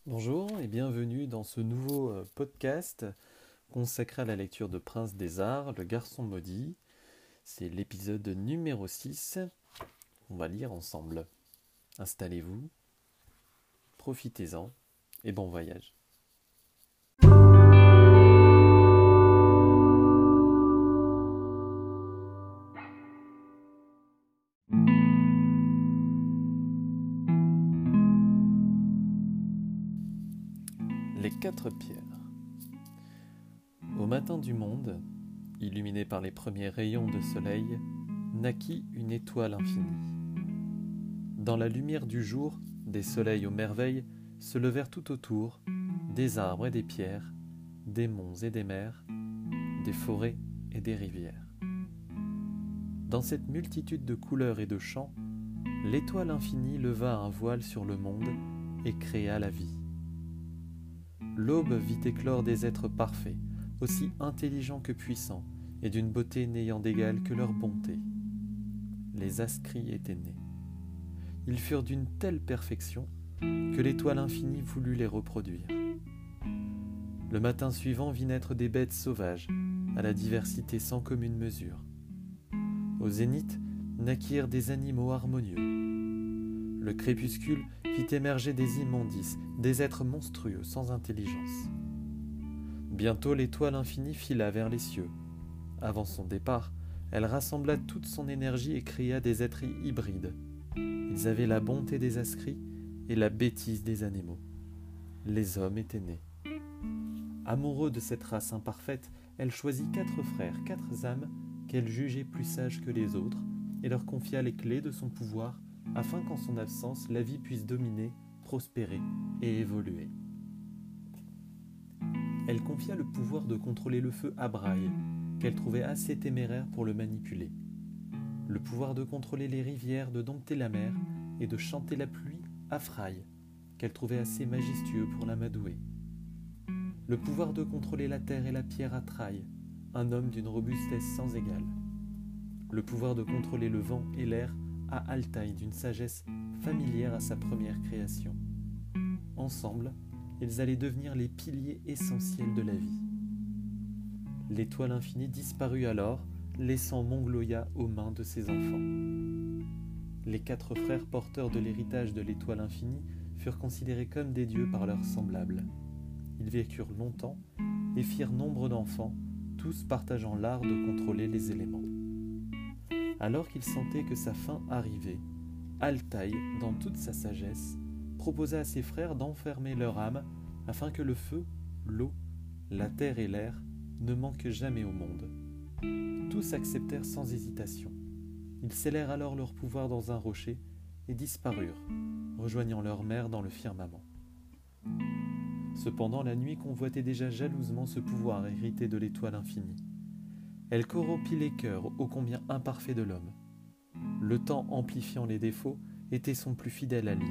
Bonjour et bienvenue dans ce nouveau podcast consacré à la lecture de Prince des Arts, Le Garçon Maudit. C'est l'épisode numéro 6 qu'on va lire ensemble. Installez-vous, profitez-en et bon voyage. Les 4 pierres. Au matin du monde, illuminé par les premiers rayons de soleil, naquit une étoile infinie. Dans la lumière du jour, des soleils aux merveilles se levèrent tout autour, des arbres et des pierres, des monts et des mers, des forêts et des rivières. Dans cette multitude de couleurs et de chants, l'étoile infinie leva un voile sur le monde et créa la vie. L'aube vit éclore des êtres parfaits, aussi intelligents que puissants, et d'une beauté n'ayant d'égal que leur bonté. Les Ascris étaient nés. Ils furent d'une telle perfection que l'étoile infinie voulut les reproduire. Le matin suivant vit naître des bêtes sauvages, à la diversité sans commune mesure. Au zénith naquirent des animaux harmonieux. Le crépuscule fit émerger des immondices, des êtres monstrueux sans intelligence. Bientôt l'étoile infinie fila vers les cieux. Avant son départ, elle rassembla toute son énergie et créa des êtres hybrides. Ils avaient la bonté des Ascris et la bêtise des animaux. Les hommes étaient nés. Amoureux de cette race imparfaite, elle choisit 4 frères, 4 âmes qu'elle jugeait plus sages que les autres, et leur confia les clés de son pouvoir afin qu'en son absence, la vie puisse dominer, prospérer et évoluer. Elle confia le pouvoir de contrôler le feu à Braille, qu'elle trouvait assez téméraire pour le manipuler. Le pouvoir de contrôler les rivières, de dompter la mer et de chanter la pluie à Fraille, qu'elle trouvait assez majestueux pour l'amadouer. Le pouvoir de contrôler la terre et la pierre à Traille, un homme d'une robustesse sans égale. Le pouvoir de contrôler le vent et l'air à Altaï, d'une sagesse familière à sa première création. Ensemble, ils allaient devenir les piliers essentiels de la vie. L'étoile infinie disparut alors, laissant Mongloya aux mains de ses enfants. Les 4 frères porteurs de l'héritage de l'étoile infinie furent considérés comme des dieux par leurs semblables. Ils vécurent longtemps et firent nombre d'enfants, tous partageant l'art de contrôler les éléments. Alors qu'il sentait que sa fin arrivait, Altaï, dans toute sa sagesse, proposa à ses frères d'enfermer leur âme afin que le feu, l'eau, la terre et l'air ne manquent jamais au monde. Tous acceptèrent sans hésitation. Ils scellèrent alors leur pouvoir dans un rocher et disparurent, rejoignant leur mère dans le firmament. Cependant, la nuit convoitait déjà jalousement ce pouvoir hérité de l'étoile infinie. Elle corrompit les cœurs ô combien imparfaits de l'homme. Le temps amplifiant les défauts était son plus fidèle allié.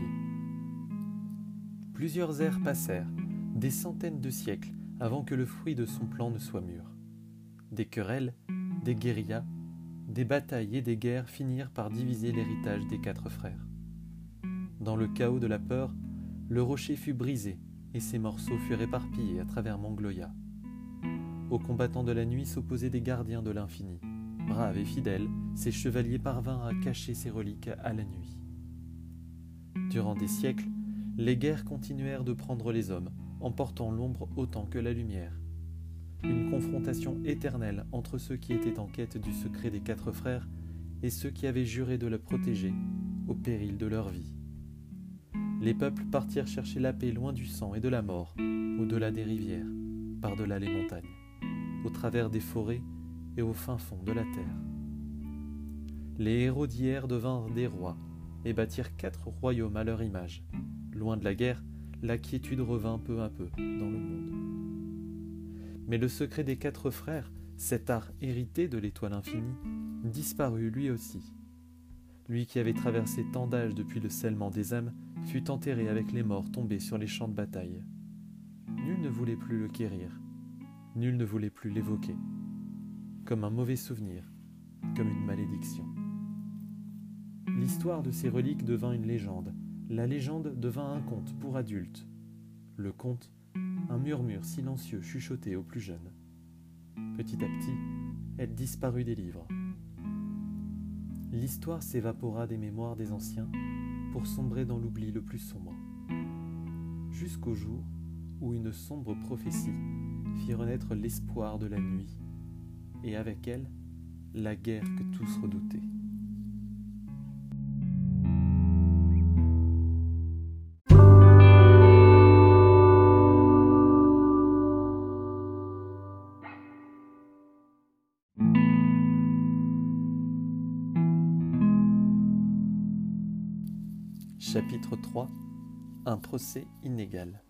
Plusieurs ères passèrent, des centaines de siècles, avant que le fruit de son plan ne soit mûr. Des querelles, des guérillas, des batailles et des guerres finirent par diviser l'héritage des 4 frères. Dans le chaos de la peur, le rocher fut brisé et ses morceaux furent éparpillés à travers Mongloya. Aux combattants de la nuit s'opposaient des gardiens de l'infini. Braves et fidèles, ces chevaliers parvinrent à cacher ces reliques à la nuit. Durant des siècles, les guerres continuèrent de prendre les hommes, emportant l'ombre autant que la lumière. Une confrontation éternelle entre ceux qui étaient en quête du secret des 4 frères et ceux qui avaient juré de le protéger, au péril de leur vie. Les peuples partirent chercher la paix loin du sang et de la mort, au-delà des rivières, par-delà les montagnes, au travers des forêts et au fin fond de la terre. Les héros d'hier devinrent des rois et bâtirent 4 royaumes à leur image. Loin de la guerre, la quiétude revint peu à peu dans le monde. Mais le secret des 4 frères, cet art hérité de l'étoile infinie, disparut lui aussi. Lui qui avait traversé tant d'âges depuis le scellement des âmes fut enterré avec les morts tombés sur les champs de bataille. Nul ne voulait plus le quérir, nul ne voulait plus l'évoquer, comme un mauvais souvenir, comme une malédiction. L'histoire de ces reliques devint une légende, la légende devint un conte pour adultes. le conte, un murmure silencieux chuchoté aux plus jeunes. Petit à petit, elle disparut des livres. L'histoire s'évapora des mémoires des anciens pour sombrer dans l'oubli le plus sombre. Jusqu'au jour où une sombre prophétie fit renaître l'espoir de la nuit, et avec elle, la guerre que tous redoutaient. Chapitre 3. Un procès inégal.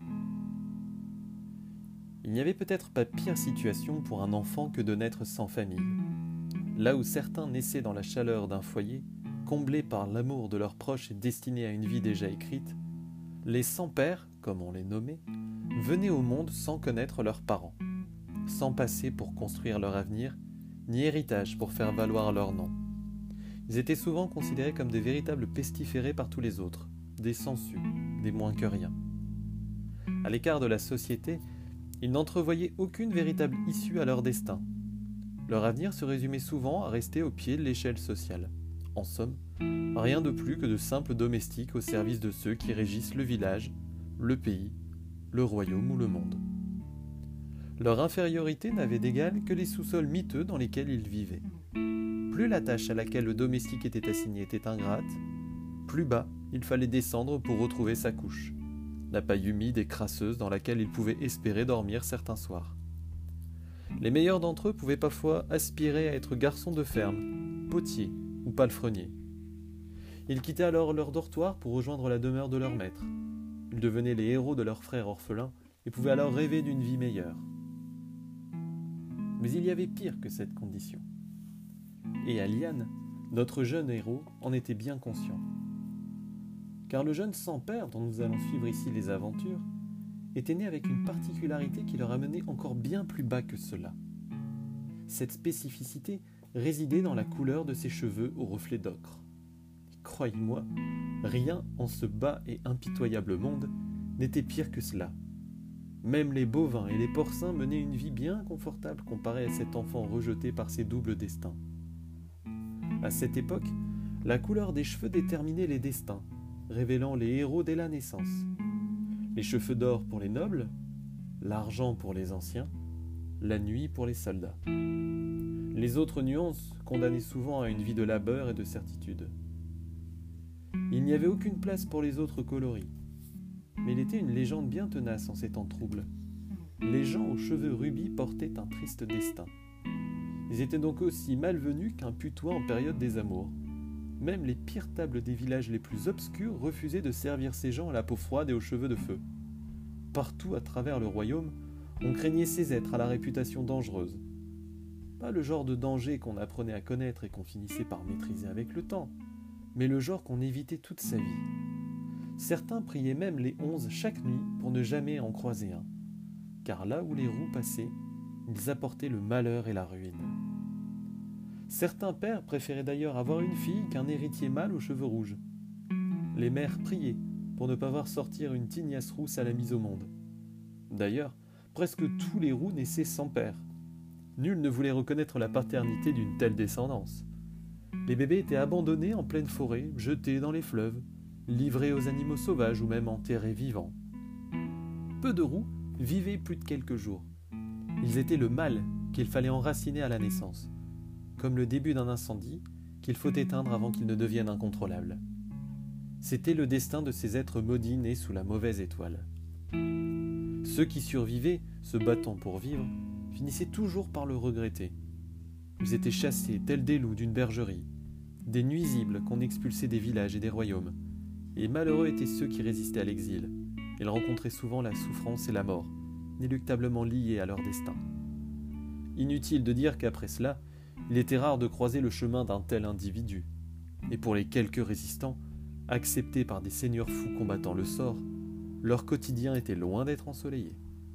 Il n'y avait peut-être pas pire situation pour un enfant que de naître sans famille. Là où certains naissaient dans la chaleur d'un foyer, comblés par l'amour de leurs proches et destinés à une vie déjà écrite, les sans-pères, comme on les nommait, venaient au monde sans connaître leurs parents, sans passé pour construire leur avenir, ni héritage pour faire valoir leur nom. Ils étaient souvent considérés comme des véritables pestiférés par tous les autres, des sensus, des moins que rien. À l'écart de la société, ils n'entrevoyaient aucune véritable issue à leur destin. Leur avenir se résumait souvent à rester au pied de l'échelle sociale. En somme, rien de plus que de simples domestiques au service de ceux qui régissent le village, le pays, le royaume ou le monde. Leur infériorité n'avait d'égal que les sous-sols miteux dans lesquels ils vivaient. Plus la tâche à laquelle le domestique était assigné était ingrate, plus bas il fallait descendre pour retrouver sa couche, la paille humide et crasseuse dans laquelle il pouvait espérer dormir certains soirs. Les meilleurs d'entre eux pouvaient parfois aspirer à être garçons de ferme, potiers ou palefreniers. Ils quittaient alors leur dortoir pour rejoindre la demeure de leur maître. Ils devenaient les héros de leurs frères orphelins et pouvaient alors rêver d'une vie meilleure. Mais il y avait pire que cette condition. Et Aliane, notre jeune héros, en était bien conscient. Car le jeune sans-père dont nous allons suivre ici les aventures était né avec une particularité qui le ramenait encore bien plus bas que cela. Cette spécificité résidait dans la couleur de ses cheveux au reflet d'ocre. Croyez-moi, rien en ce bas et impitoyable monde n'était pire que cela. Même les bovins et les porcins menaient une vie bien confortable comparée à cet enfant rejeté par ses doubles destins. À cette époque, la couleur des cheveux déterminait les destins, révélant les héros dès la naissance. Les cheveux d'or pour les nobles, l'argent pour les anciens, la nuit pour les soldats. Les autres nuances condamnaient souvent à une vie de labeur et de certitude. Il n'y avait aucune place pour les autres coloris, mais il était une légende bien tenace en ces temps troubles. Les gens aux cheveux rubis portaient un triste destin. Ils étaient donc aussi malvenus qu'un putois en période des amours. Même les pires tables des villages les plus obscurs refusaient de servir ces gens à la peau froide et aux cheveux de feu. Partout à travers le royaume, on craignait ces êtres à la réputation dangereuse. Pas le genre de danger qu'on apprenait à connaître et qu'on finissait par maîtriser avec le temps, mais le genre qu'on évitait toute sa vie. Certains priaient même les 11 chaque nuit pour ne jamais en croiser un, car là où les roues passaient, ils apportaient le malheur et la ruine. Certains pères préféraient d'ailleurs avoir une fille qu'un héritier mâle aux cheveux rouges. Les mères priaient pour ne pas voir sortir une tignasse rousse à la mise au monde. D'ailleurs, presque tous les roux naissaient sans père. Nul ne voulait reconnaître la paternité d'une telle descendance. Les bébés étaient abandonnés en pleine forêt, jetés dans les fleuves, livrés aux animaux sauvages ou même enterrés vivants. Peu de roux vivaient plus de quelques jours. Ils étaient le mal qu'il fallait enraciner à la naissance, comme le début d'un incendie qu'il faut éteindre avant qu'il ne devienne incontrôlable. C'était le destin de ces êtres maudits nés sous la mauvaise étoile. Ceux qui survivaient, se battant pour vivre, finissaient toujours par le regretter. Ils étaient chassés, tels des loups d'une bergerie, des nuisibles qu'on expulsait des villages et des royaumes, et malheureux étaient ceux qui résistaient à l'exil. Ils rencontraient souvent la souffrance et la mort, inéluctablement liées à leur destin. Inutile de dire qu'après cela, il était rare de croiser le chemin d'un tel individu, et pour les quelques résistants, acceptés par des seigneurs fous combattant le sort, leur quotidien était loin d'être ensoleillé.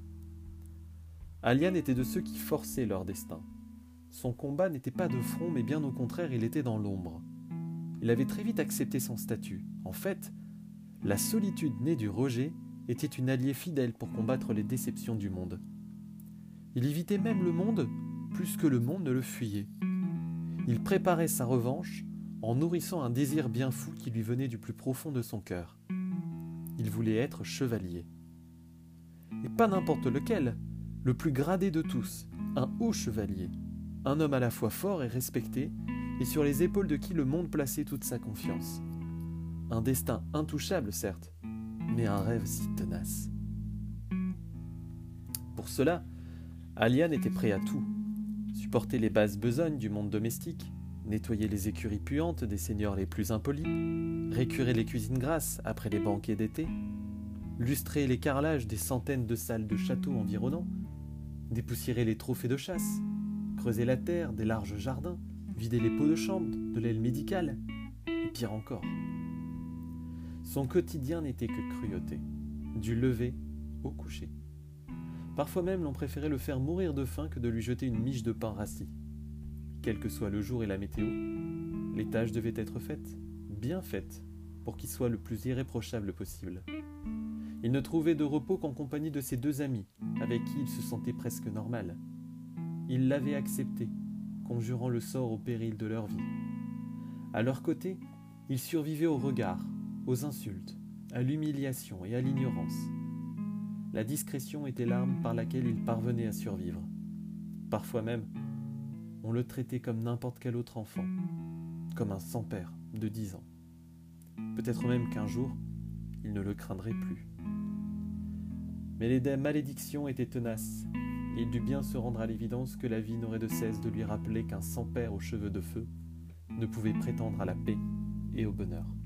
Aliane était de ceux qui forçaient leur destin. Son combat n'était pas de front, mais bien au contraire, il était dans l'ombre. Il avait très vite accepté son statut. En fait, la solitude née du rejet était une alliée fidèle pour combattre les déceptions du monde. Il évitait même le monde plus que le monde ne le fuyait. Il préparait sa revanche en nourrissant un désir bien fou qui lui venait du plus profond de son cœur. Il voulait être chevalier. Et pas n'importe lequel, le plus gradé de tous, un haut chevalier, un homme à la fois fort et respecté, et sur les épaules de qui le monde plaçait toute sa confiance. Un destin intouchable, certes, mais un rêve si tenace. Pour cela, Alian était prêt à tout. Supporter les basses besognes du monde domestique, nettoyer les écuries puantes des seigneurs les plus impolis, récurer les cuisines grasses après les banquets d'été, lustrer les carrelages des centaines de salles de châteaux environnants, dépoussiérer les trophées de chasse, creuser la terre des larges jardins, vider les pots de chambre de l'aile médicale, et pire encore. Son quotidien n'était que cruauté, du lever au coucher. Parfois même, l'on préférait le faire mourir de faim que de lui jeter une miche de pain rassis. Quel que soit le jour et la météo, les tâches devaient être faites, bien faites, pour qu'il soit le plus irréprochable possible. Il ne trouvait de repos qu'en compagnie de ses 2 amis, avec qui il se sentait presque normal. Il l'avait accepté, conjurant le sort au péril de leur vie. À leur côté, il survivait aux regards, aux insultes, à l'humiliation et à l'ignorance. La discrétion était l'arme par laquelle il parvenait à survivre. Parfois même, on le traitait comme n'importe quel autre enfant, comme un sans-père de 10 ans. Peut-être même qu'un jour, il ne le craindrait plus. Mais les malédictions étaient tenaces, et il dut bien se rendre à l'évidence que la vie n'aurait de cesse de lui rappeler qu'un sans-père aux cheveux de feu ne pouvait prétendre à la paix et au bonheur.